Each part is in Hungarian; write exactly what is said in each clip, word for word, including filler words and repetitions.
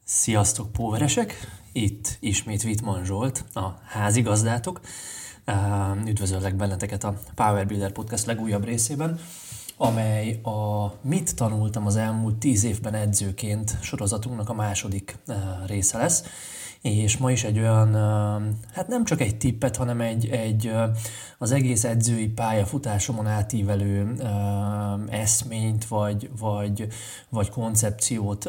Sziasztok, póveresek! Itt ismét Wittmann Zsolt, a házigazdátok. Üdvözöllek benneteket a Power Builder Podcast legújabb részében, amely a Mit tanultam az elmúlt tíz évben edzőként sorozatunknak a második része lesz. És ma is egy olyan, hát nem csak egy tippet, hanem egy, egy az egész edzői pályafutásomon átívelő eszményt, vagy, vagy, vagy koncepciót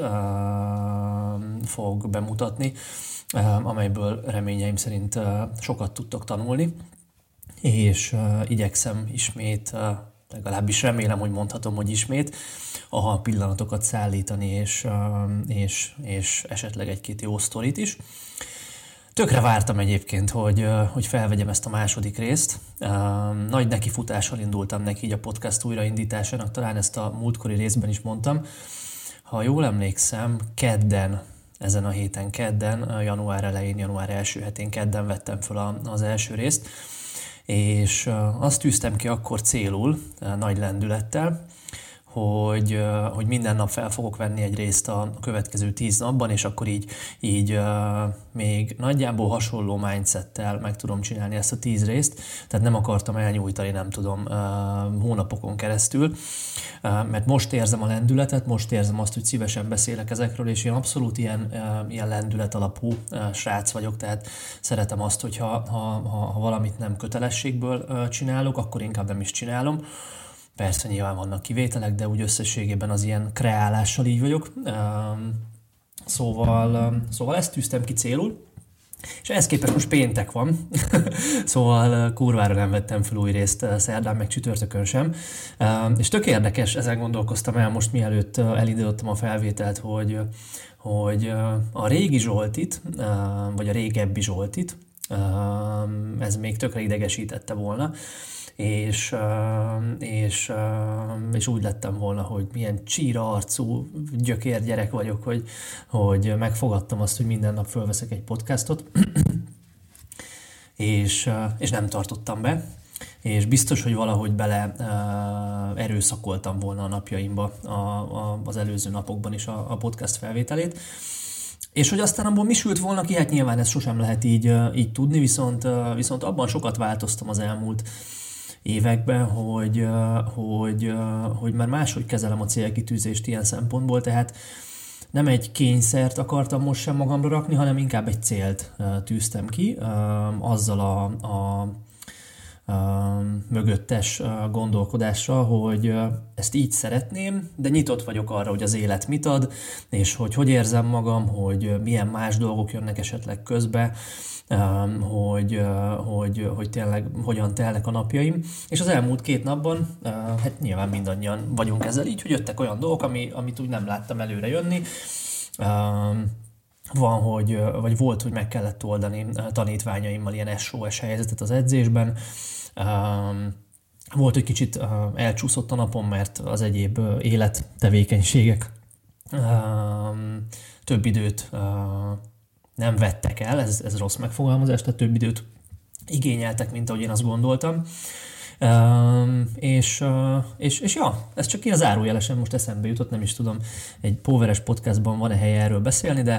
fog bemutatni, amelyből reményeim szerint sokat tudtok tanulni, és igyekszem ismét, legalábbis remélem, hogy mondhatom, hogy ismét, aha pillanatokat szállítani, és, és, és esetleg egy-két jó sztorit is. Tökre vártam egyébként, hogy, hogy felvegyem ezt a második részt. Nagy nekifutással indultam neki így a podcast újraindításának, talán ezt a múltkori részben is mondtam. Ha jól emlékszem, kedden, ezen a héten kedden, január elején, január első hetén kedden vettem fel az első részt, és azt tűztem ki akkor célul, nagy lendülettel, hogy, hogy minden nap fel fogok venni egy részt a következő tíz napban, és akkor így, így még nagyjából hasonló mindsettel meg tudom csinálni ezt a tíz részt, tehát nem akartam elnyújtani, nem tudom, hónapokon keresztül, mert most érzem a lendületet, most érzem azt, hogy szívesen beszélek ezekről, és én abszolút ilyen, ilyen lendület alapú srác vagyok, tehát szeretem azt, hogy ha, ha, ha valamit nem kötelességből csinálok, akkor inkább nem is csinálom. Persze nyilván vannak kivételek, de úgy összességében az ilyen kreálással így vagyok. Szóval, szóval ezt tűztem ki célul, és ehhez képest most péntek van, szóval kurvára nem vettem fel új részt szerdán, meg csütörtökön sem. És tök érdekes, ezen gondolkoztam el most, mielőtt elindítottam a felvételt, hogy, hogy a régi Zsoltit, vagy a régebbi Zsoltit, ez még tökre idegesítette volna, És, és, és úgy lettem volna, hogy milyen csíra arcú gyökérgyerek vagyok, hogy, hogy megfogadtam azt, hogy minden nap fölveszek egy podcastot, és, és nem tartottam be, és biztos, hogy valahogy bele erőszakoltam volna a napjaimba a, a, az előző napokban is a, a podcast felvételét. És hogy aztán abból mi sült volna ki, hát nyilván ezt sosem lehet így, így tudni, viszont, viszont abban sokat változtam az elmúlt években, hogy, hogy, hogy már máshogy kezelem a célkitűzést ilyen szempontból, tehát nem egy kényszert akartam most sem magamra rakni, hanem inkább egy célt tűztem ki, azzal a, a mögöttes gondolkodással, hogy ezt így szeretném, de nyitott vagyok arra, hogy az élet mit ad, és hogy hogy érzem magam, hogy milyen más dolgok jönnek esetleg közbe, hogy, hogy, hogy tényleg hogyan telnek a napjaim. És az elmúlt két napban, hát nyilván mindannyian vagyunk ezzel így, hogy jöttek olyan dolgok, ami, amit úgy nem láttam előre jönni. Van, hogy, vagy volt, hogy meg kellett oldani tanítványaimmal ilyen es o es helyzetet az edzésben. Volt, hogy kicsit elcsúszott a napom, mert az egyéb élettevékenységek több időt nem vettek el, ez, ez rossz megfogalmazás, tehát több időt igényeltek, mint ahogy én azt gondoltam. És, és, és ja, ez csak ilyen zárójelesen most eszembe jutott, nem is tudom, egy póveres podcastban van-e helye erről beszélni, de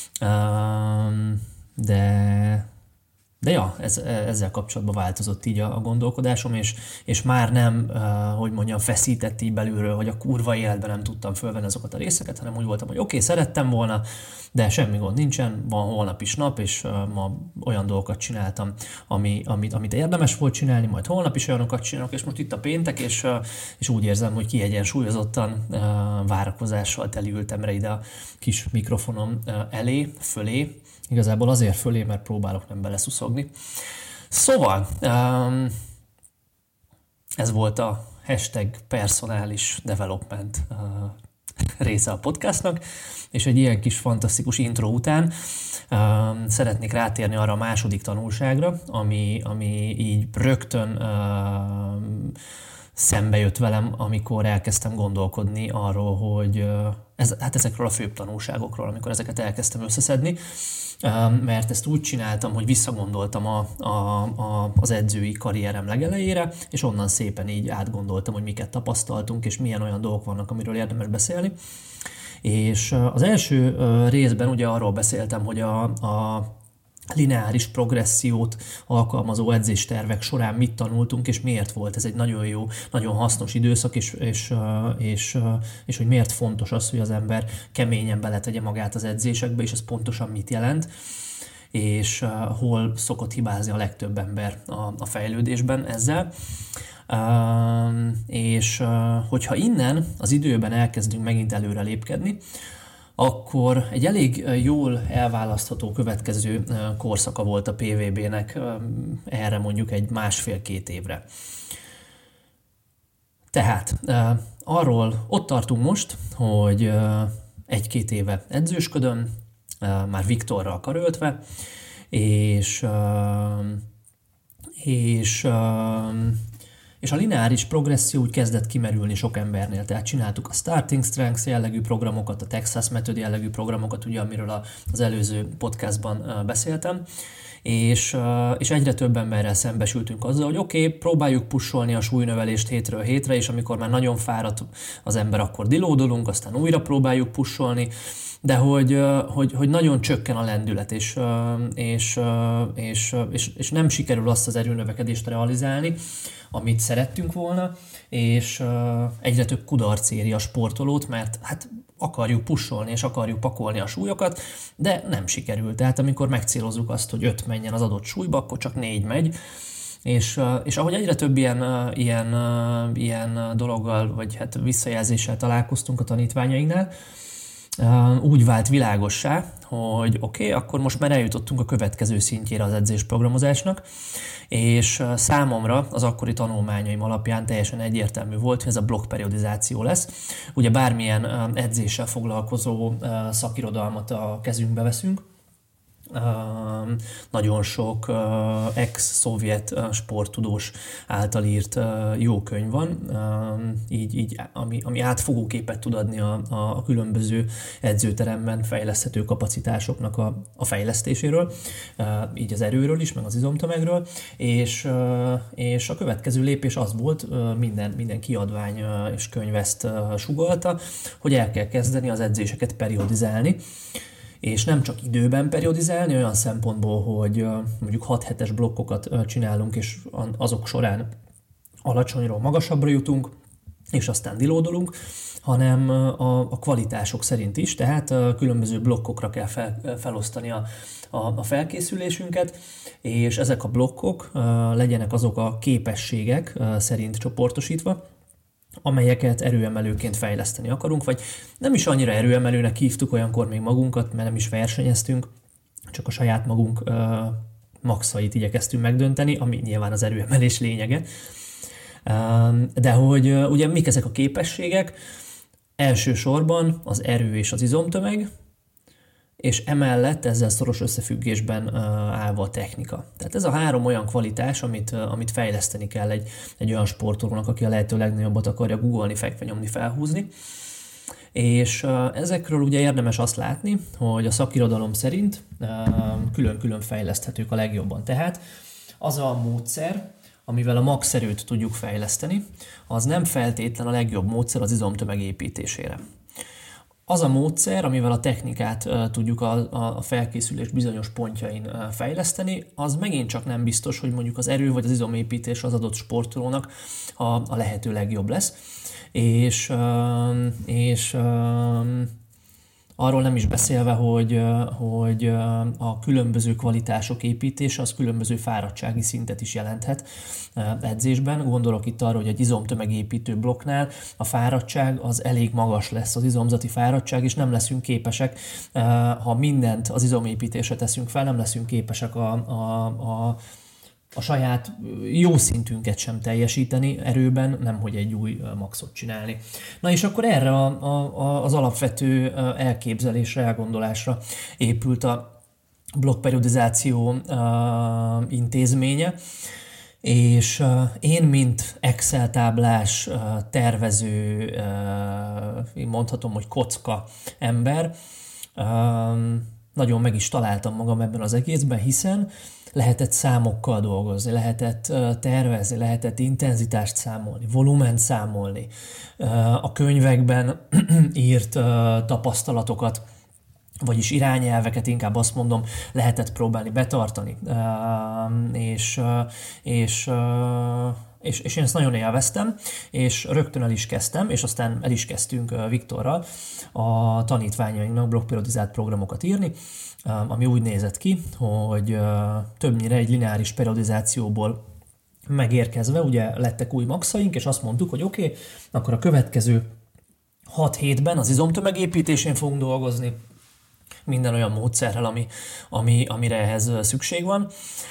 de De ja, ez, ezzel kapcsolatban változott így a, a gondolkodásom, és, és már nem, uh, hogy mondjam, feszített így belülről, hogy a kurva életben nem tudtam fölvenni azokat a részeket, hanem úgy voltam, hogy oké, okay, szerettem volna, de semmi gond nincsen, van holnap is nap, és uh, ma olyan dolgokat csináltam, ami, amit, amit érdemes volt csinálni, majd holnap is olyanokat csinálok, és most itt a péntek, és, uh, és úgy érzem, hogy kiegyensúlyozottan uh, várakozással teliültem rá ide a kis mikrofonom uh, elé, fölé. Igazából azért fölé, mert próbálok nem beleszuszogni. Szóval, um, ez volt a hashtag personális development uh, része a podcastnak, és egy ilyen kis fantasztikus intro után um, szeretnék rátérni arra a második tanulságra, ami, ami így rögtön uh, szembe jött velem, amikor elkezdtem gondolkodni arról, hogy uh, ez, hát ezekről a főbb tanulságokról, amikor ezeket elkezdtem összeszedni, mert ezt úgy csináltam, hogy visszagondoltam a, a, a, az edzői karrierem legelejére, és onnan szépen így átgondoltam, hogy miket tapasztaltunk, és milyen olyan dolgok vannak, amiről érdemes beszélni. És az első részben ugye arról beszéltem, hogy a, a lineáris progressziót alkalmazó edzéstervek során mit tanultunk, és miért volt ez egy nagyon jó, nagyon hasznos időszak, és, és, és, és hogy miért fontos az, hogy az ember keményen beletegye magát az edzésekbe, és ez pontosan mit jelent, és hol szokott hibázni a legtöbb ember a, a fejlődésben ezzel. Uh, és uh, hogyha innen az időben elkezdünk megint előre lépkedni, akkor egy elég jól elválasztható következő korszaka volt a pé vé bének erre mondjuk egy másfél-két évre. Tehát arról ott tartunk most, hogy egy-két éve edzősködöm, már Viktorral karöltve, és, és És a lineáris progresszió úgy kezdett kimerülni sok embernél, tehát csináltuk a Starting Strengths jellegű programokat, a Texas Method jellegű programokat, ugye, amiről az előző podcastban beszéltem, és, és egyre több emberrel szembesültünk azzal, hogy oké, okay, próbáljuk pusolni a súlynövelést hétről hétre, és amikor már nagyon fáradt az ember, akkor dilódolunk, aztán újra próbáljuk pusolni, de hogy, hogy, hogy nagyon csökken a lendület, és, és, és, és, és nem sikerül azt az erőnövekedést realizálni, amit szerettünk volna, és egyre több kudarc éri a sportolót, mert hát akarjuk pusolni, és akarjuk pakolni a súlyokat, de nem sikerül. Tehát amikor megcélozzuk azt, hogy öt menjen az adott súlyba, akkor csak négy megy, és, és ahogy egyre több ilyen, ilyen, ilyen dologgal, vagy hát visszajelzéssel találkoztunk a tanítványainknál, úgy vált világossá, hogy oké, okay, akkor most már eljutottunk a következő szintjére az edzésprogramozásnak, és számomra az akkori tanulmányaim alapján teljesen egyértelmű volt, hogy ez a blokkperiodizáció lesz. Ugye bármilyen edzéssel foglalkozó szakirodalmat a kezünkbe veszünk, Uh, nagyon sok uh, ex-szovjet uh, sporttudós által írt uh, jó könyv van, uh, így, így, ami, ami átfogó képet tud adni a, a, a különböző edzőteremben fejleszthető kapacitásoknak a, a fejlesztéséről, uh, így az erőről is, meg az izomtömegről, és, uh, és a következő lépés az volt, uh, minden, minden kiadvány uh, és könyv ezt uh, sugallta, hogy el kell kezdeni az edzéseket periodizálni, és nem csak időben periodizálni, olyan szempontból, hogy mondjuk hat hetes blokkokat csinálunk, és azok során alacsonyról magasabbra jutunk, és aztán dilódolunk, hanem a, a kvalitások szerint is, tehát különböző blokkokra kell fel, felosztani a, a, a felkészülésünket, és ezek a blokkok legyenek azok a képességek szerint csoportosítva, amelyeket erőemelőként fejleszteni akarunk, vagy nem is annyira erőemelőnek hívtuk olyankor még magunkat, mert nem is versenyeztünk, csak a saját magunk uh, maxait igyekeztünk megdönteni, ami nyilván az erőemelés lényege. Uh, de hogy uh, ugye mik ezek a képességek? Elsősorban az erő és az izomtömeg, és emellett ezzel szoros összefüggésben uh, állva a technika. Tehát ez a három olyan kvalitás, amit, uh, amit fejleszteni kell egy, egy olyan sportolónak, aki a lehető legnagyobbat akarja googolni, fekve, nyomni, felhúzni. És uh, ezekről ugye érdemes azt látni, hogy a szakirodalom szerint uh, külön-külön fejleszthetők a legjobban. Tehát az a módszer, amivel a max erőt tudjuk fejleszteni, az nem feltétlen a legjobb módszer az izomtömeg építésére. Az a módszer, amivel a technikát uh, tudjuk a, a felkészülés bizonyos pontjain uh, fejleszteni, az megint csak nem biztos, hogy mondjuk az erő vagy az izomépítés az adott sportolónak a, a lehető legjobb lesz. És, uh, és uh, arról nem is beszélve, hogy, hogy a különböző kvalitások építése az különböző fáradtsági szintet is jelenthet edzésben. Gondolok itt arra, hogy egy izomtömegépítő blokknál a fáradtság az elég magas lesz, az izomzati fáradtság, és nem leszünk képesek, ha mindent az izomépítésre teszünk fel, nem leszünk képesek a, a, a a saját jó szintünket sem teljesíteni erőben, nemhogy egy új maxot csinálni. Na és akkor erre a, a, az alapvető elképzelésre, elgondolásra épült a blokkperiodizáció intézménye, és én, mint Excel táblás, tervező, mondhatom, hogy kocka ember, nagyon meg is találtam magam ebben az egészben, hiszen lehetett számokkal dolgozni, lehetett tervezni, lehetett intenzitást számolni, volument számolni, a könyvekben írt tapasztalatokat, vagyis irányelveket, inkább azt mondom, lehetett próbálni betartani. És, és, és, és én ezt nagyon élveztem, és rögtön el is kezdtem, és aztán el is kezdtünk Viktorral a tanítványainknak blokkperiodizált programokat írni, ami úgy nézett ki, hogy többnyire egy lineáris periodizációból megérkezve, ugye lettek új maxaink, és azt mondtuk, hogy oké, okay, akkor a következő hat hétben az izomtömegépítésén fogunk dolgozni, minden olyan módszerrel, ami, ami, amire ehhez szükség van,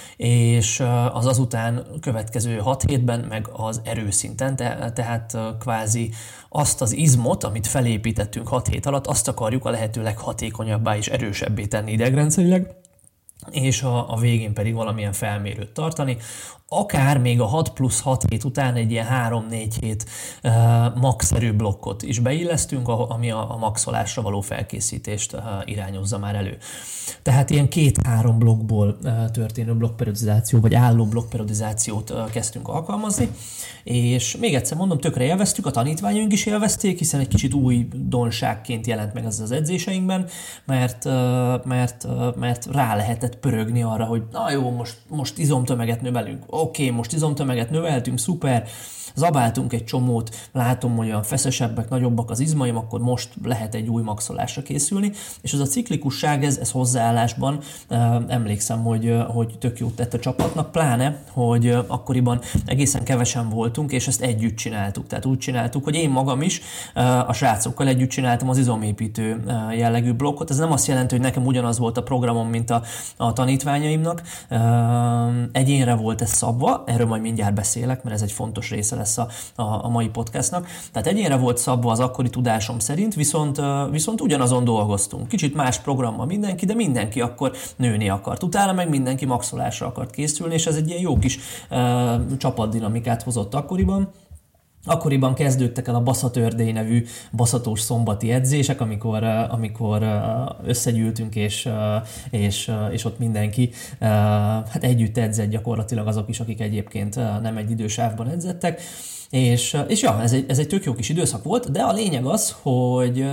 és az azután következő hat hétben meg az erőszinten, te, tehát kvázi azt az izmot, amit felépítettünk hat hét alatt, azt akarjuk a lehető leghatékonyabbá és erősebbé tenni idegrendszerileg, és a, a végén pedig valamilyen felmérőt tartani. Akár még a hat plusz hat hét után egy ilyen három-négy hét uh, maxerő blokkot is beillesztünk, ami a, a maxolásra való felkészítést uh, irányozza már elő. Tehát ilyen két-három blokkból uh, történő blokkperiodizáció, vagy álló blokkperiodizációt uh, kezdtünk alkalmazni, és még egyszer mondom, tökre élveztük, a tanítványaink is élvezték, hiszen egy kicsit új donságként jelent meg ez az edzéseinkben, mert, uh, mert, uh, mert rá lehetett pörögni arra, hogy na jó, most, most izomtömeget növelünk. Oké, okay, most izomtömeget növeltünk, szuper, zabáltunk egy csomót, látom, hogy olyan feszesebbek, nagyobbak az izmaim, akkor most lehet egy új maxolásra készülni, és ez a ciklikusság, ez, ez hozzáállásban uh, emlékszem, hogy, uh, hogy tök jót tett a csapatnak, pláne, hogy uh, akkoriban egészen kevesen voltunk, és ezt együtt csináltuk. Tehát úgy csináltuk, hogy én magam is uh, a srácokkal együtt csináltam az izomépítő uh, jellegű blokkot. Ez nem azt jelenti, hogy nekem ugyanaz volt a programom, mint a, a tanítványaimnak. Uh, egyénre volt ez szabva, erről majd mindjárt beszélek, mert ez egy fontos része lesz a, a, a mai podcastnak. Tehát egyénre volt szabva az akkori tudásom szerint, viszont, viszont ugyanazon dolgoztunk. Kicsit más programmal mindenki, de mindenki akkor nőni akart. Utána meg mindenki maxolásra akart készülni, és ez egy ilyen jó kis uh, csapatdinamikát hozott akkoriban. Akkoriban kezdődtek el a Baszatördély nevű baszatós szombati edzések, amikor, amikor összegyűltünk, és, és, és ott mindenki hát együtt edzett, gyakorlatilag azok is, akik egyébként nem egy idősávban edzettek. És, és ja, ez egy, ez egy tök jó kis időszak volt, de a lényeg az, hogy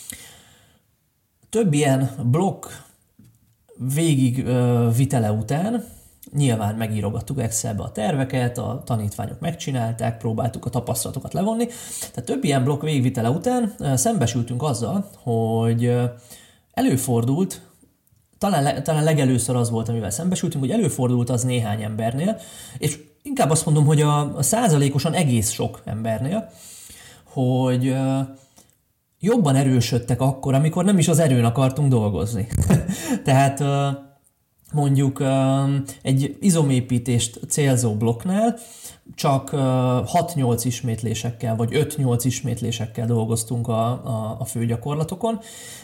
több ilyen blokk végig vitele után nyilván megírogattuk Excelbe a terveket, a tanítványok megcsinálták, próbáltuk a tapasztalatokat levonni. Tehát több ilyen blokk végvitele után szembesültünk azzal, hogy előfordult, talán, talán legelőször az volt, amivel szembesültünk, hogy előfordult az néhány embernél, és inkább azt mondom, hogy a, a százalékosan egész sok embernél, hogy jobban erősödtek akkor, amikor nem is az erőn akartunk dolgozni. Tehát mondjuk egy izomépítést célzó blokknál csak hat-nyolc ismétlésekkel, vagy öt-nyolc ismétlésekkel dolgoztunk a, a, a főgyakorlatokon.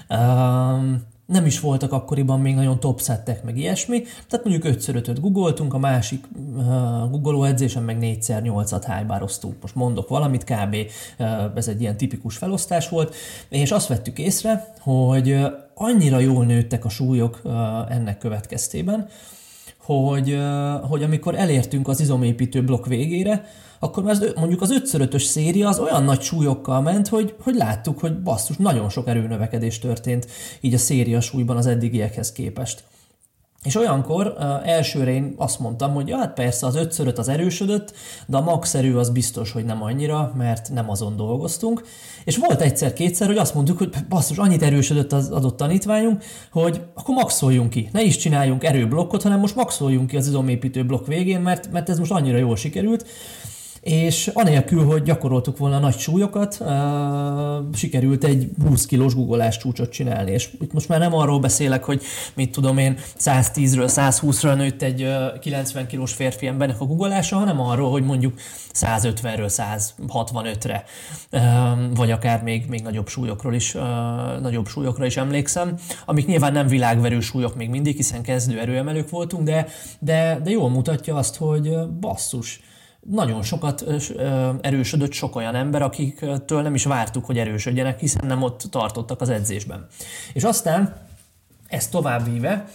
Nem is voltak akkoriban még nagyon top szettek, meg ilyesmi, tehát mondjuk ötször ötöt googoltunk, a másik uh, googoló edzésen meg négyszer nyolcat hájbároztunk. Most mondok valamit, kb. Uh, ez egy ilyen tipikus felosztás volt, és azt vettük észre, hogy uh, annyira jól nőttek a súlyok uh, ennek következtében, hogy, uh, hogy amikor elértünk az izomépítő blokk végére, akkor már az, mondjuk az ötször ötös széria az olyan nagy súlyokkal ment, hogy, hogy láttuk, hogy basszus, nagyon sok erőnövekedés történt így a széria súlyban az eddigiekhez képest. És olyankor uh, elsőre én azt mondtam, hogy ja, hát persze az ötször öt az erősödött, de a max erő az biztos, hogy nem annyira, mert nem azon dolgoztunk. És volt egyszer-kétszer, hogy azt mondtuk, hogy basszus, annyit erősödött az adott tanítványunk, hogy akkor maxoljunk ki. Ne is csináljunk erőblokkot, hanem most maxoljunk ki az izomépítő blokk végén, mert, mert ez most annyira jól sikerült. És anélkül, hogy gyakoroltuk volna nagy súlyokat, uh, sikerült egy húsz kilós googolás csúcsot csinálni. És itt most már nem arról beszélek, hogy mit tudom én, száztízről százhúszra nőtt egy uh, kilencven kilós férfi embernek a googolása, hanem arról, hogy mondjuk százötvenről százhatvanötre, uh, vagy akár még, még nagyobb súlyokról is, uh, nagyobb súlyokra is emlékszem, amik nyilván nem világverő súlyok még mindig, hiszen kezdő erőemelők voltunk, de, de, de jól mutatja azt, hogy uh, basszus, nagyon sokat erősödött sok olyan ember, akiktől nem is vártuk, hogy erősödjenek, hiszen nem ott tartottak az edzésben. És aztán ezt továbbvíve,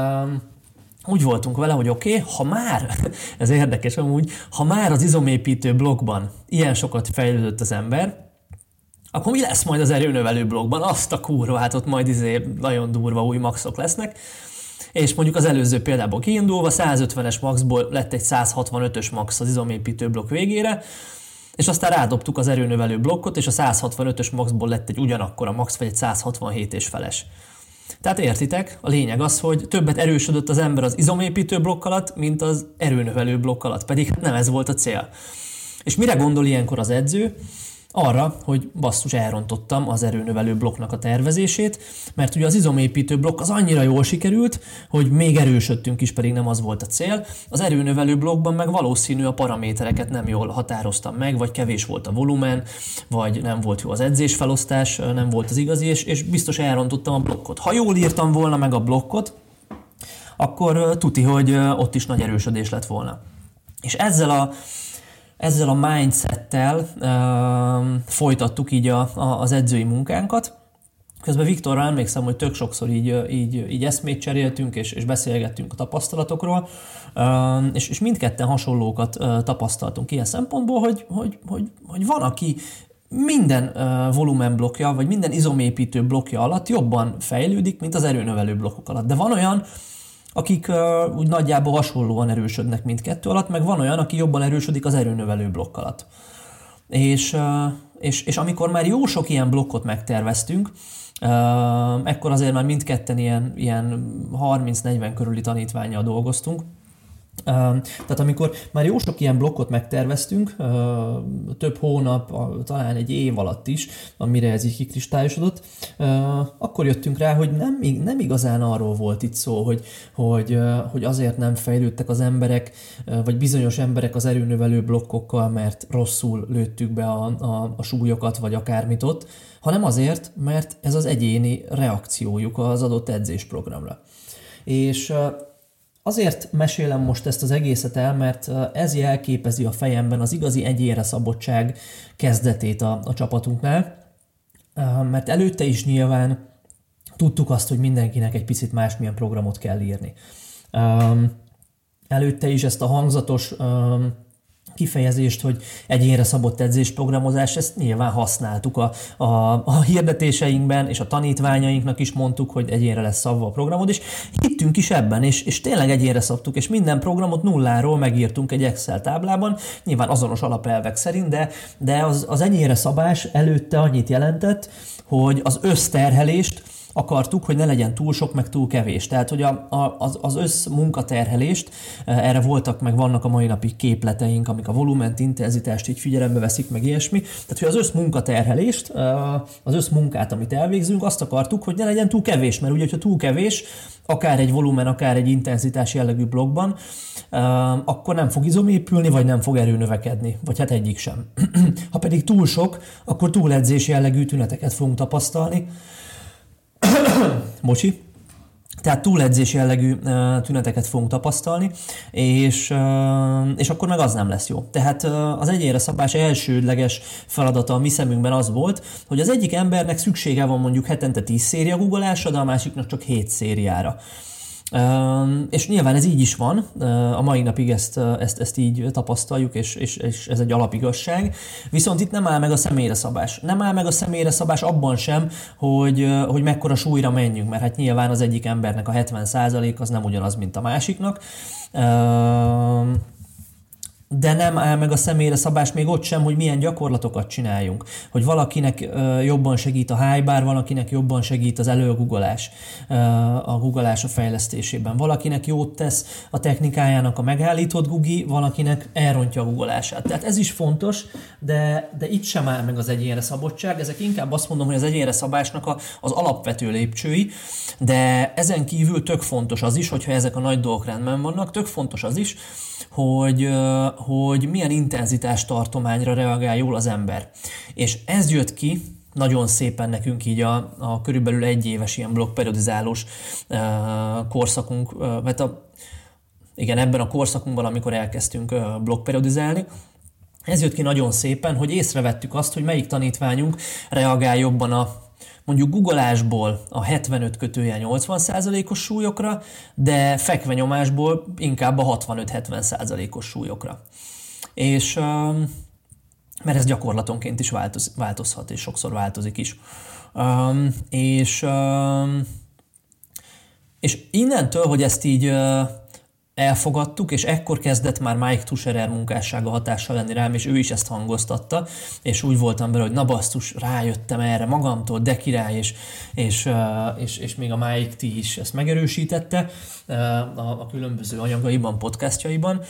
úgy voltunk vele, hogy oké, okay, ha már, ez érdekes amúgy, ha már az izomépítő blokkban ilyen sokat fejlődött az ember, akkor mi lesz majd az erőnövelő blokkban? Azt a kurva, hát ott majd izé nagyon durva új maxok lesznek. És mondjuk az előző példából kiindulva százötvenes maxból lett egy száz hatvanötös max az izomépítő blokk végére, és aztán rádobtuk az erőnövelő blokkot, és a száz hatvanötös maxból lett egy ugyanakkora max, vagy egy száz hatvanhét és feles. Tehát értitek, a lényeg az, hogy többet erősödött az ember az izomépítő blokk alatt, mint az erőnövelő blokk alatt, pedig nem ez volt a cél. És mire gondol ilyenkor az edző? Arra, hogy basszus, elrontottam az erőnövelő blokknak a tervezését, mert ugye az izomépítő blokk az annyira jól sikerült, hogy még erősödtünk is, pedig nem az volt a cél. Az erőnövelő blokkban meg valószínű a paramétereket nem jól határoztam meg, vagy kevés volt a volumen, vagy nem volt jó az edzésfelosztás, nem volt az igazi, és, és biztos elrontottam a blokkot. Ha jól írtam volna meg a blokkot, akkor tuti, hogy ott is nagy erősödés lett volna. És ezzel a Ezzel a mindsettel uh, folytattuk így a, a, az edzői munkánkat. Közben Viktorra emlékszem, hogy tök sokszor így, így, így eszmét cseréltünk, és, és beszélgettünk a tapasztalatokról, uh, és, és mindketten hasonlókat uh, tapasztaltunk ilyen szempontból, hogy, hogy, hogy, hogy van, aki minden uh, volumenblokkja, vagy minden izomépítő blokkja alatt jobban fejlődik, mint az erőnövelő blokkok alatt. De van olyan, akik uh, úgy nagyjából hasonlóan erősödnek mindkettő alatt, meg van olyan, aki jobban erősödik az erőnövelő blokk alatt. És, uh, és, és amikor már jó sok ilyen blokkot megterveztünk, uh, ekkor azért már mindketten ilyen, ilyen harminc-negyven körüli tanítvánnyal dolgoztunk, Uh, tehát amikor már jó sok ilyen blokkot megterveztünk, uh, több hónap, uh, talán egy év alatt is, amire ez így kikristályosodott, uh, akkor jöttünk rá, hogy nem, nem igazán arról volt itt szó, hogy, hogy, uh, hogy azért nem fejlődtek az emberek, uh, vagy bizonyos emberek az erőnövelő blokkokkal, mert rosszul lőttük be a, a, a súlyokat, vagy akármit ott, hanem azért, mert ez az egyéni reakciójuk az adott edzésprogramra. És uh, Azért mesélem most ezt az egészet el, mert ez jelképezi a fejemben az igazi egyénre szabottság kezdetét a, a csapatunknál, mert előtte is nyilván tudtuk azt, hogy mindenkinek egy picit másmilyen programot kell írni. Előtte is ezt a hangzatos kifejezést, hogy egyénre szabott edzésprogramozás, ezt nyilván használtuk a, a, a hirdetéseinkben, és a tanítványainknak is mondtuk, hogy egyénre lesz szabva a programod, és hittünk is ebben, és, és tényleg egyénre szabtuk, és minden programot nulláról megírtunk egy Excel táblában, nyilván azonos alapelvek szerint, de, de az, az egyénre szabás előtte annyit jelentett, hogy az összterhelést akartuk, hogy ne legyen túl sok, meg túl kevés. Tehát, hogy a, a, az, az összmunkaterhelést, erre voltak, meg vannak a mai napig képleteink, amik a volument, intenzitást így figyelembe veszik, meg ilyesmi. Tehát, hogy az összmunkaterhelést, az összmunkát, amit elvégzünk, azt akartuk, hogy ne legyen túl kevés, mert ugye, hogyha túl kevés, akár egy volumen, akár egy intenzitás jellegű blokkban, akkor nem fog izom épülni, vagy nem fog erő növekedni, vagy hát egyik sem. Ha pedig túl sok, akkor túledzés jellegű tüneteket fogunk tapasztalni, Bocsi. Tehát túledzés jellegű uh, tüneteket fogunk tapasztalni, és, uh, és akkor meg az nem lesz jó. Tehát uh, az egyénre szabás elsődleges feladata a mi szemünkben az volt, hogy az egyik embernek szüksége van mondjuk hetente tíz széria googolásra, de a másiknak csak hét szériára. Uh, és nyilván ez így is van, uh, a mai napig ezt, uh, ezt, ezt így tapasztaljuk, és, és, és ez egy alapigazság. Viszont itt nem áll meg a személyre szabás. Nem áll meg a személyre szabás abban sem, hogy, uh, hogy mekkora súlyra menjünk, mert hát nyilván az egyik embernek a hetven százalék az nem ugyanaz, mint a másiknak. Uh, de nem áll meg a személyre szabás még ott sem, hogy milyen gyakorlatokat csináljunk. Hogy valakinek uh, jobban segít a high bar, valakinek jobban segít az előgoogolás, uh, a googolás a fejlesztésében. Valakinek jót tesz a technikájának a megállított gugi, valakinek elrontja a googolását. Tehát ez is fontos, de, de itt sem áll meg az egyénre szabottság. Ezek inkább azt mondom, hogy az egyénre szabásnak a, az alapvető lépcsői, de ezen kívül tök fontos az is, hogyha ezek a nagy dolgok rendben vannak, tök fontos az is, hogy, hogy milyen intenzitás tartományra reagál jól az ember. És ez jött ki nagyon szépen nekünk így a, a körülbelül egy éves ilyen blokkperiodizálós uh, korszakunk, uh, mert a, igen, ebben a korszakunkban, amikor elkezdtünk uh, blokkperiodizálni, ez jött ki nagyon szépen, hogy észrevettük azt, hogy melyik tanítványunk reagál jobban a mondjuk guggolásból a hetvenöt kötőjel nyolcvan százalékos súlyokra, de fekvenyomásból inkább a hatvanöt-hetven százalékos súlyokra. És mert ez gyakorlatonként is változ, változhat, és sokszor változik is. És, és innentől, hogy ezt így elfogadtuk, és ekkor kezdett már Mike Tusherer munkássága hatással lenni rám, és ő is ezt hangoztatta, és úgy voltam vele, hogy na basztus, rájöttem erre magamtól, de király, és, és, és, és még a Mike T is ezt megerősítette a, a különböző anyagaiban, podcastjaiban,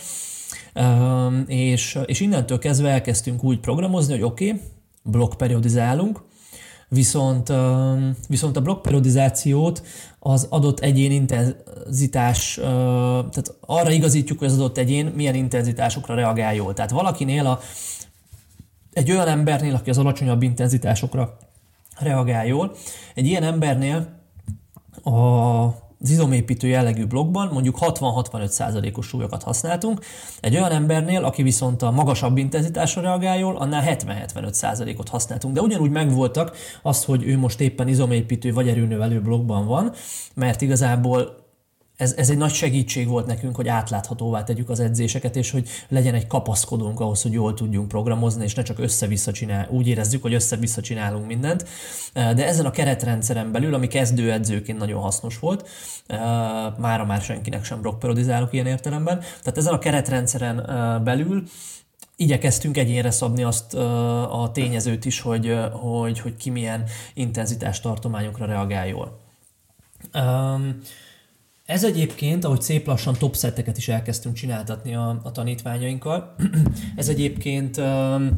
és, és innentől kezdve elkezdtünk úgy programozni, hogy oké, okay, blokkperiodizálunk, Viszont, viszont a blokkperiodizációt az adott egyén intenzitás, tehát arra igazítjuk, hogy az adott egyén milyen intenzitásokra reagál jól. Tehát valakinél, a, egy olyan embernél, aki az alacsonyabb intenzitásokra reagál jól, egy ilyen embernél a az izomépítő jellegű blokkban mondjuk hatvan-hatvanöt százalékos súlyokat használtunk. Egy olyan embernél, aki viszont a magasabb intenzitásra reagál jól, annál hetven-hetvenöt százalékot használtunk. De ugyanúgy megvoltak az, hogy ő most éppen izomépítő vagy erőnövelő blokkban van, mert igazából Ez, ez egy nagy segítség volt nekünk, hogy átláthatóvá tegyük az edzéseket, és hogy legyen egy kapaszkodónk ahhoz, hogy jól tudjunk programozni, és ne csak össze-vissza csinál, úgy érezzük, hogy össze-vissza csinálunk mindent. De ezen a keretrendszeren belül, ami kezdőedzőként nagyon hasznos volt, mára már senkinek sem blokkperiodizálok ilyen értelemben, tehát ezen a keretrendszeren belül igyekeztünk egyénre szabni azt a tényezőt is, hogy, hogy, hogy ki milyen intenzitástartományokra reagál jól. Um, Ez egyébként, ahogy szép lassan topsetteket is elkezdtünk csináltatni a, a tanítványainkkal, ez egyébként um,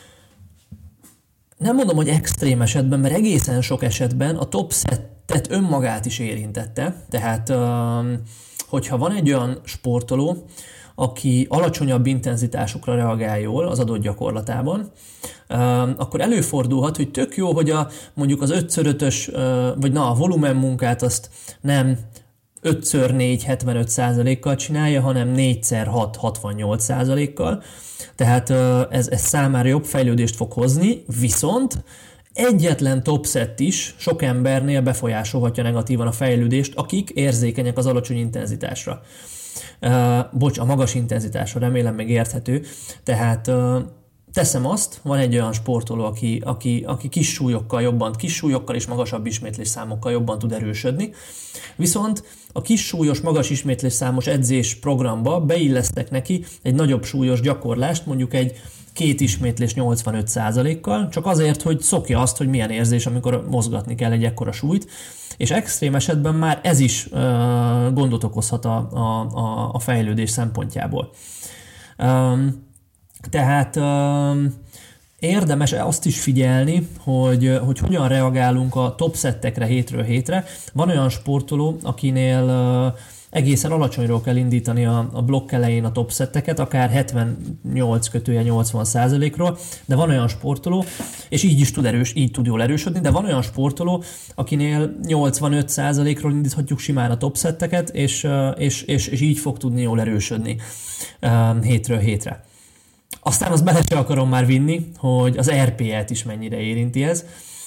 nem mondom, hogy extrém esetben, mert egészen sok esetben a topsettet önmagát is érintette. Tehát, um, hogyha van egy olyan sportoló, aki alacsonyabb intenzitásokra reagál jól az adott gyakorlatában, akkor előfordulhat, hogy tök jó, hogy a, mondjuk az ötször ötös, vagy na, a volumen munkát azt nem ötször négy hetvenöt százalékkal csinálja, hanem négyszer hat hatvannyolc százalékkal. Tehát ez, ez számára jobb fejlődést fog hozni, viszont egyetlen topset is sok embernél befolyásolhatja negatívan a fejlődést, akik érzékenyek az alacsony intenzitásra. Uh, bocs, a magas intenzitásra, remélem meg érthető. Tehát uh, teszem azt, van egy olyan sportoló, aki, aki, aki kis súlyokkal jobban, kis súlyokkal és magasabb ismétlés számokkal jobban tud erősödni. Viszont a kis súlyos, magas ismétlés számos edzés programba beillesztek neki egy nagyobb súlyos gyakorlást, mondjuk egy két ismétlés nyolcvanöt százalékkal, csak azért, hogy szokja azt, hogy milyen érzés, amikor mozgatni kell egy ekkora súlyt, és extrém esetben már ez is uh, gondot okozhat a, a, a fejlődés szempontjából. Um, tehát um, érdemes azt is figyelni, hogy, hogy hogyan reagálunk a topsettekre hétről hétre. Van olyan sportoló, akinél uh, egészen alacsonyról kell indítani a, a blokk elején a topsetteket, akár hetvennyolc kötője nyolcvan százalékról, de van olyan sportoló, és így is tud erős, így tud jól erősödni, de van olyan sportoló, akinél nyolcvanöt százalékról indíthatjuk simán a topsetteket, és, és, és, és így fog tudni jól erősödni hétről hétre. Aztán azt bele se akarom már vinni, hogy az er pé é-t is mennyire érinti ez.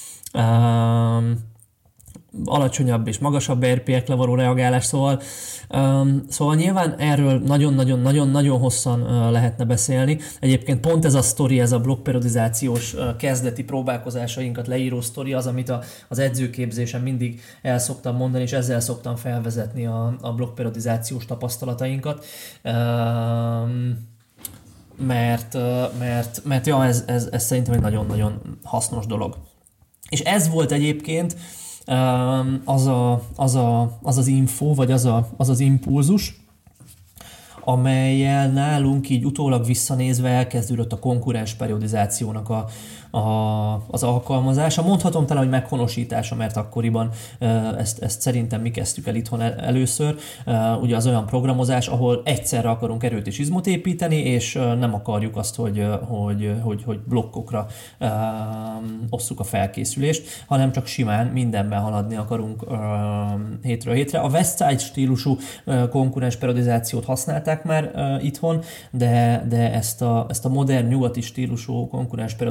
Alacsonyabb és magasabb er pé é-ekre való reagálás, szóval, um, szóval nyilván erről nagyon-nagyon-nagyon-nagyon hosszan uh, lehetne beszélni. Egyébként pont ez a sztori, ez a blokkperiodizációs uh, kezdeti próbálkozásainkat leíró sztori az, amit a, az edzőképzésen mindig el szoktam mondani, és ezzel szoktam felvezetni a, a blokkperiodizációs tapasztalatainkat. Um, mert, uh, mert, mert ja, ez, ez, ez szerintem egy nagyon-nagyon hasznos dolog. És ez volt egyébként Az, a, az, a, az az info, vagy az, a, az az impulzus, amellyel nálunk így utólag visszanézve elkezdődött a konkurens periodizációnak a, a, az alkalmazása. Mondhatom talán, hogy meghonosítása, mert akkoriban ezt, ezt szerintem mi kezdtük el itthon el, először. Ugye az olyan programozás, ahol egyszerre akarunk erőt és izmot építeni, és nem akarjuk azt, hogy, hogy, hogy, hogy blokkokra um, osszuk a felkészülést, hanem csak simán mindenben haladni akarunk um, hétről hétre. A Westside stílusú uh, konkurens periodizációt használták már uh, itthon, de, de ezt, a, ezt a modern nyugati stílusú konkurens periodizációt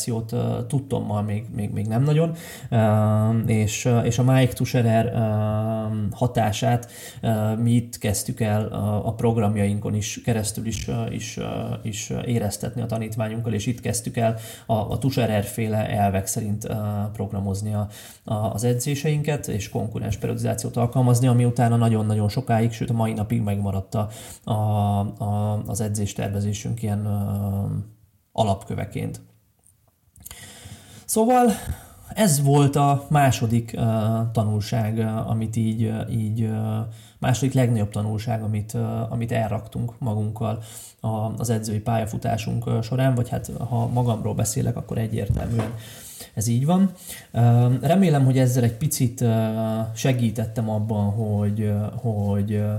periodizációt tudtommal még, még, még nem nagyon, és, és a Mike Tusherer hatását mi itt kezdtük el a programjainkon is keresztül is, is, is éreztetni a tanítványunkkal, és itt kezdtük el a, a Tusherer féle elvek szerint programozni a, a, az edzéseinket, és konkurens periodizációt alkalmazni, ami utána nagyon-nagyon sokáig, sőt a mai napig megmaradt a, a, a, az edzéstervezésünk ilyen uh, alapköveként. Szóval ez volt a második uh, tanulság, uh, amit így, uh, így uh, második legnagyobb tanulság, amit, uh, amit elraktunk magunkkal a, az edzői pályafutásunk uh, során, vagy hát ha magamról beszélek, akkor egyértelműen ez így van. Uh, remélem, hogy ezzel egy picit uh, segítettem abban, hogy, uh, hogy uh,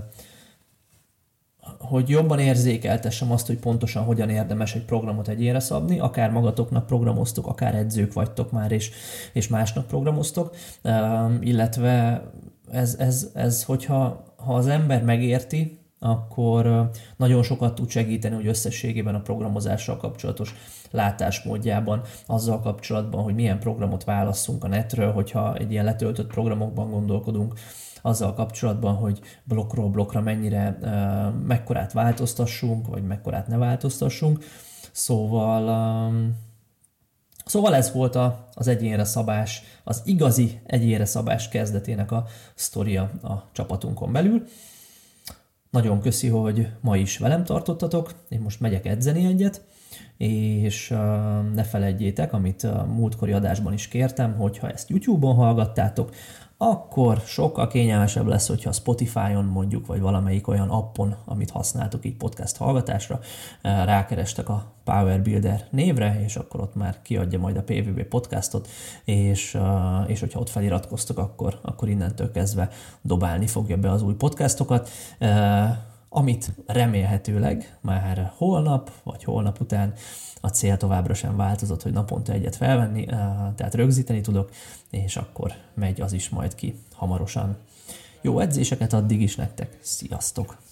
hogy jobban érzékeltessem azt, hogy pontosan hogyan érdemes egy programot egyénre szabni, akár magatoknak programoztok, akár edzők vagytok már, és, és másnak programoztok, uh, illetve ez, ez, ez hogyha ha az ember megérti, akkor nagyon sokat tud segíteni, hogy összességében a programozással kapcsolatos látásmódjában, azzal kapcsolatban, hogy milyen programot válasszunk a netről, hogyha egy ilyen letöltött programokban gondolkodunk, azzal kapcsolatban, hogy blokkról blokkra mennyire, mekkorát változtassunk, vagy mekkorát ne változtassunk. Szóval, szóval ez volt a, az egyénre szabás, az igazi egyénre szabás kezdetének a sztoria a csapatunkon belül. Nagyon köszi, hogy ma is velem tartottatok, én most megyek edzeni egyet, és ne feledjétek, amit a múltkori adásban is kértem, hogyha ezt YouTube-on hallgattátok, akkor sokkal kényelmesebb lesz, hogyha Spotify-on mondjuk, vagy valamelyik olyan appon, amit használtok így podcast hallgatásra, rákerestek a Power Builder névre, és akkor ott már kiadja majd a pé vé bé podcastot, és, és hogyha ott feliratkoztok, akkor, akkor innentől kezdve dobálni fogja be az új podcastokat, amit remélhetőleg már holnap, vagy holnap után a cél továbbra sem változott, hogy naponta egyet felvenni, tehát rögzíteni tudok, és akkor megy az is majd ki hamarosan. Jó edzéseket addig is nektek, sziasztok!